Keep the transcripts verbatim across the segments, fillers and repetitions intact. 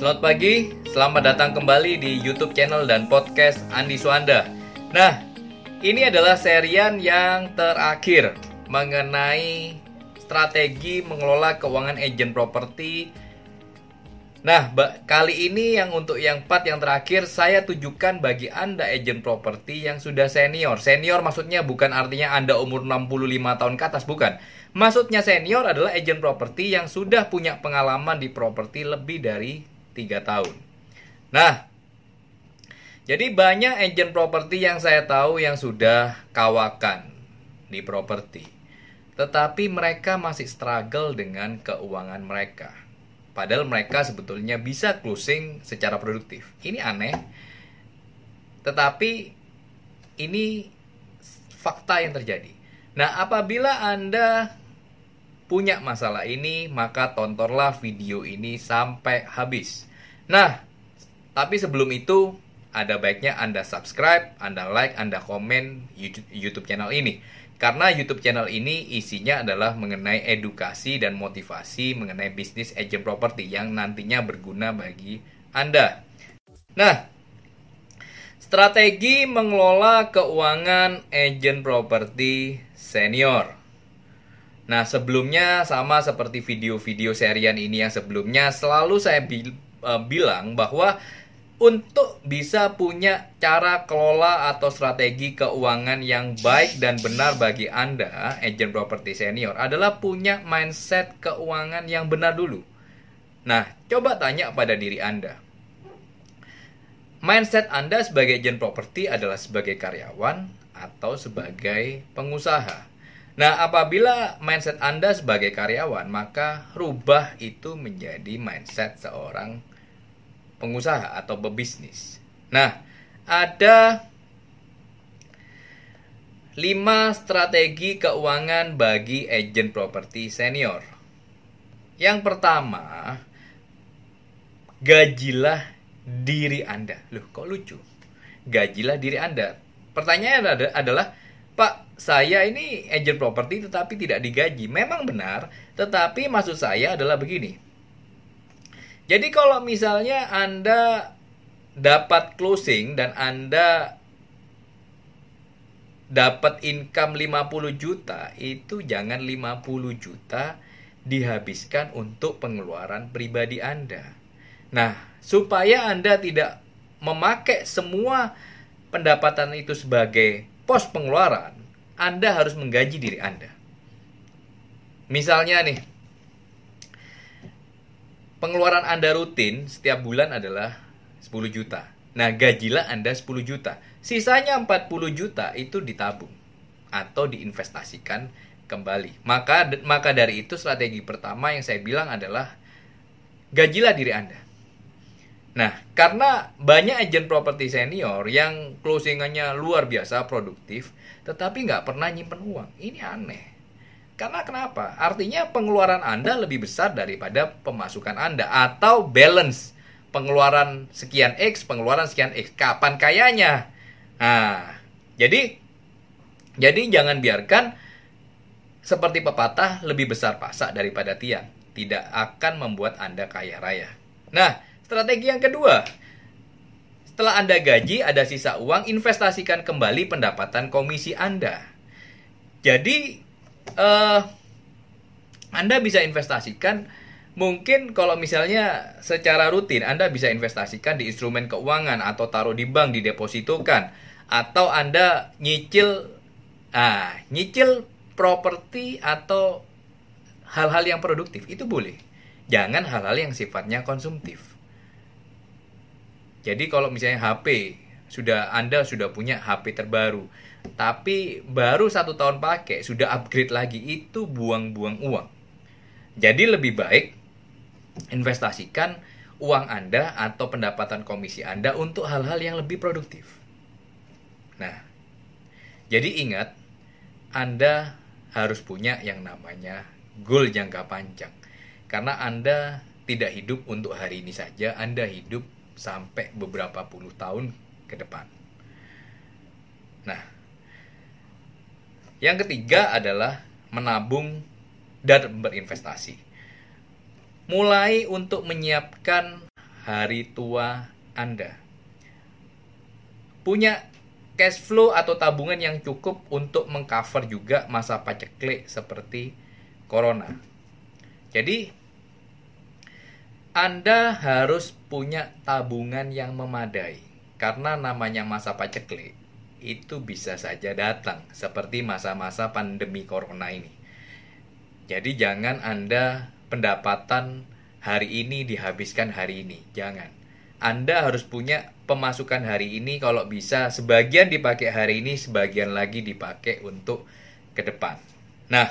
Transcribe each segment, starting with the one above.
Selamat pagi, selamat datang kembali di YouTube channel dan podcast Andi Suanda. Nah, ini adalah serian yang terakhir mengenai strategi mengelola keuangan agen properti. Nah, kali ini yang untuk yang part yang terakhir saya tujukan bagi Anda agen properti yang sudah senior. Senior maksudnya bukan artinya Anda umur enam puluh lima tahun ke atas, bukan. Maksudnya senior adalah agen properti yang sudah punya pengalaman di properti lebih dari tiga tahun. Nah, jadi banyak agen properti yang saya tahu yang sudah kawakan di properti, tetapi mereka masih struggle dengan keuangan mereka. Padahal mereka sebetulnya bisa closing secara produktif. Ini aneh, tetapi ini fakta yang terjadi. Nah, apabila Anda punya masalah ini, maka tontonlah video ini sampai habis. Nah, tapi sebelum itu, ada baiknya Anda subscribe, Anda like, Anda komen YouTube channel ini. Karena YouTube channel ini isinya adalah mengenai edukasi dan motivasi mengenai bisnis agent properti yang nantinya berguna bagi Anda. Nah, strategi mengelola keuangan agent properti senior. Nah, sebelumnya sama seperti video-video serian ini yang sebelumnya, selalu saya bil- uh, bilang bahwa untuk bisa punya cara kelola atau strategi keuangan yang baik dan benar bagi Anda, agen properti senior, adalah punya mindset keuangan yang benar dulu. Nah, coba tanya pada diri Anda. Mindset Anda sebagai agen properti adalah sebagai karyawan atau sebagai pengusaha? Nah, apabila mindset Anda sebagai karyawan, maka rubah itu menjadi mindset seorang pengusaha atau pebisnis. Nah, ada lima strategi keuangan bagi agen properti senior. Yang pertama, gajilah diri Anda. Loh, kok lucu? Gajilah diri Anda. Pertanyaannya adalah, Pak, saya ini agen properti tetapi tidak digaji. Memang benar, tetapi maksud saya adalah begini. Jadi kalau misalnya Anda dapat closing dan Anda dapat income lima puluh juta, itu jangan lima puluh juta dihabiskan untuk pengeluaran pribadi Anda. Nah, supaya Anda tidak memakai semua pendapatan itu sebagai pos pengeluaran, Anda harus menggaji diri Anda. Misalnya nih, pengeluaran Anda rutin setiap bulan adalah sepuluh juta. Nah, gajilah Anda sepuluh juta. Sisanya empat puluh juta itu ditabung atau diinvestasikan kembali. Maka maka dari itu strategi pertama yang saya bilang adalah gajilah diri Anda. Nah, karena banyak agen properti senior yang closingannya luar biasa produktif, tetapi nggak pernah nyimpen uang. Ini aneh. Karena kenapa? Artinya pengeluaran Anda lebih besar daripada pemasukan Anda. Atau balance. Pengeluaran sekian X, pengeluaran sekian X. Kapan kayanya? Nah, jadi, jadi jangan biarkan seperti pepatah, lebih besar pasak daripada tiang. Tidak akan membuat Anda kaya raya. Nah, strategi yang kedua, setelah Anda gaji, ada sisa uang, investasikan kembali pendapatan komisi Anda. Jadi, uh, Anda bisa investasikan, mungkin kalau misalnya secara rutin, Anda bisa investasikan di instrumen keuangan, atau taruh di bank, didepositokan, atau Anda nyicil, ah, nyicil properti atau hal-hal yang produktif, itu boleh. Jangan hal-hal yang sifatnya konsumtif. Jadi kalau misalnya H P, sudah Anda sudah punya H P terbaru, tapi baru satu tahun pakai, sudah upgrade lagi, itu buang-buang uang. Jadi lebih baik investasikan uang Anda atau pendapatan komisi Anda untuk hal-hal yang lebih produktif. Nah, jadi ingat, Anda harus punya yang namanya goal jangka panjang. Karena Anda tidak hidup untuk hari ini saja, Anda hidup sampai beberapa puluh tahun ke depan. Nah, yang ketiga adalah menabung dan berinvestasi. Mulai untuk menyiapkan hari tua Anda. Punya cash flow atau tabungan yang cukup untuk mengcover juga masa paceklik seperti corona. Jadi Anda harus punya tabungan yang memadai, karena namanya masa paceklik itu bisa saja datang seperti masa-masa pandemi corona ini. Jadi jangan Anda pendapatan hari ini dihabiskan hari ini, jangan. Anda harus punya pemasukan hari ini, kalau bisa sebagian dipakai hari ini, sebagian lagi dipakai untuk ke depan. Nah,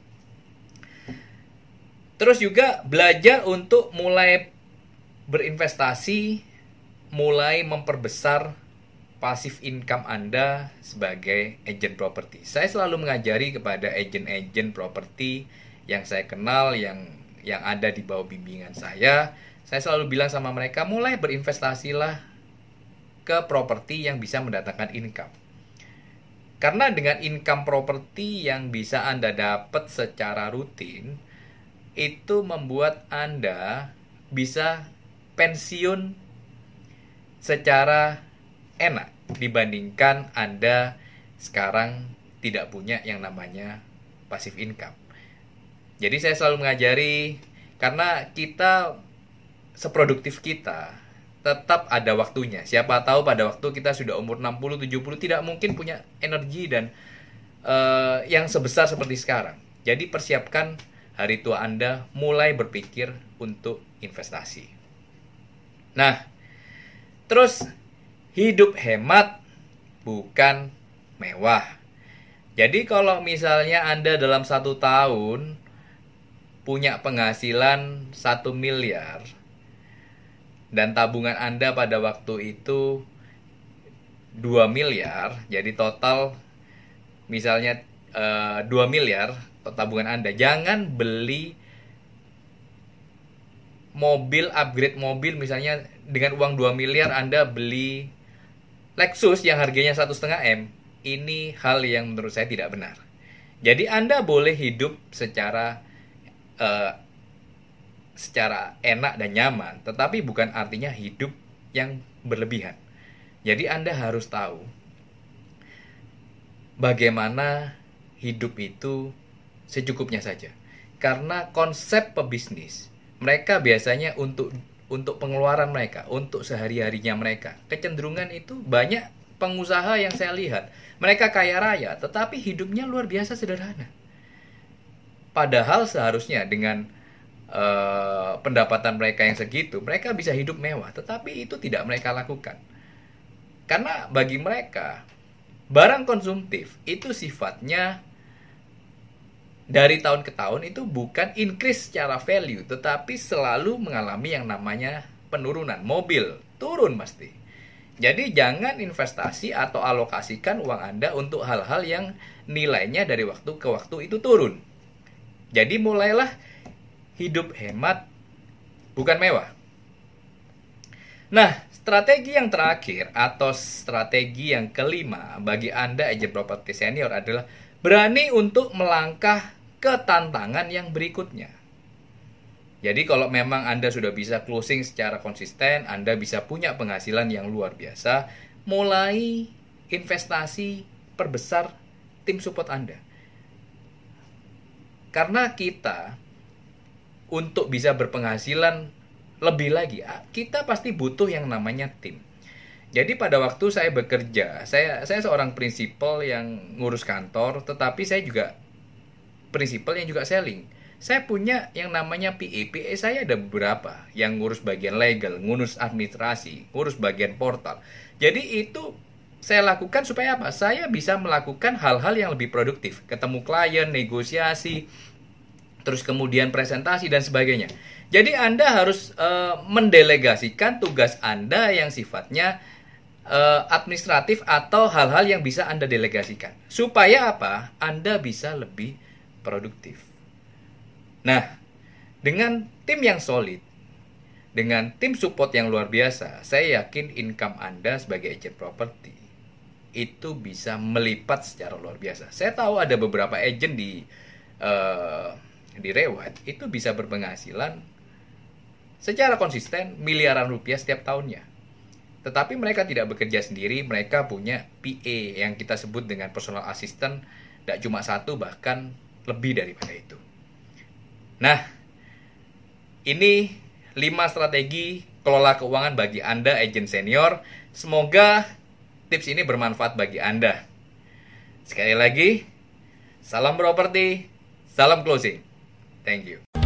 terus juga belajar untuk mulai berinvestasi, mulai memperbesar pasif income Anda sebagai agent properti. Saya selalu mengajari kepada agent-agent properti yang saya kenal, yang yang ada di bawah bimbingan saya. Saya selalu bilang sama mereka, mulai berinvestasilah ke properti yang bisa mendatangkan income. Karena dengan income properti yang bisa Anda dapat secara rutin, itu membuat Anda bisa pensiun secara enak dibandingkan Anda sekarang tidak punya yang namanya passive income. Jadi saya selalu mengajari, karena kita seproduktif kita tetap ada waktunya. Siapa tahu pada waktu kita sudah umur enam puluh tujuh puluh tidak mungkin punya energi dan uh, yang sebesar seperti sekarang. Jadi persiapkan hari tua Anda, mulai berpikir untuk investasi. Nah, terus hidup hemat bukan mewah. Jadi kalau misalnya Anda dalam satu tahun punya penghasilan satu miliar dan tabungan Anda pada waktu itu dua miliar, jadi total misalnya uh, dua miliar tabungan Anda. Jangan beli mobil, upgrade mobil, misalnya dengan uang dua miliar Anda beli Lexus yang harganya satu koma lima M. Ini hal yang menurut saya tidak benar. Jadi Anda boleh hidup secara uh, secara enak dan nyaman, tetapi bukan artinya hidup yang berlebihan. Jadi Anda harus tahu bagaimana hidup itu secukupnya saja. Karena konsep pebisnis, mereka biasanya untuk untuk pengeluaran mereka, untuk sehari-harinya mereka, kecenderungan itu banyak pengusaha yang saya lihat, mereka kaya raya, tetapi hidupnya luar biasa sederhana. Padahal seharusnya dengan uh, pendapatan mereka yang segitu, mereka bisa hidup mewah, tetapi itu tidak mereka lakukan. Karena bagi mereka, barang konsumtif itu sifatnya dari tahun ke tahun itu bukan increase secara value, tetapi selalu mengalami yang namanya penurunan. Mobil turun pasti. Jadi jangan investasi atau alokasikan uang Anda untuk hal-hal yang nilainya dari waktu ke waktu itu turun. Jadi mulailah hidup hemat, bukan mewah. Nah, strategi yang terakhir atau strategi yang kelima bagi Anda agent properti senior adalah berani untuk melangkah ke tantangan yang berikutnya. Jadi kalau memang Anda sudah bisa closing secara konsisten, Anda bisa punya penghasilan yang luar biasa, mulai investasi, perbesar tim support Anda. Karena kita untuk bisa berpenghasilan lebih lagi, kita pasti butuh yang namanya tim. Jadi pada waktu saya bekerja, saya saya seorang prinsipal yang ngurus kantor, tetapi saya juga prinsipal yang juga selling. Saya punya yang namanya P A. P A saya ada beberapa yang ngurus bagian legal, ngurus administrasi, ngurus bagian portal. Jadi itu saya lakukan supaya apa? Saya bisa melakukan hal-hal yang lebih produktif, ketemu klien, negosiasi, terus kemudian presentasi dan sebagainya. Jadi Anda harus uh, mendelegasikan tugas Anda yang sifatnya uh, administratif atau hal-hal yang bisa Anda delegasikan. Supaya apa? Anda bisa lebih produktif. Nah, dengan tim yang solid, dengan tim support yang luar biasa, saya yakin income Anda sebagai agent property itu bisa melipat secara luar biasa. Saya tahu ada beberapa agent di uh, di Rewat itu bisa berpenghasilan secara konsisten miliaran rupiah setiap tahunnya. Tetapi mereka tidak bekerja sendiri, mereka punya P A yang kita sebut dengan personal assistant, tidak cuma satu, bahkan lebih daripada itu. Nah, ini lima strategi kelola keuangan bagi Anda, agen senior. Semoga tips ini bermanfaat bagi Anda. Sekali lagi, salam properti, salam closing. Thank you.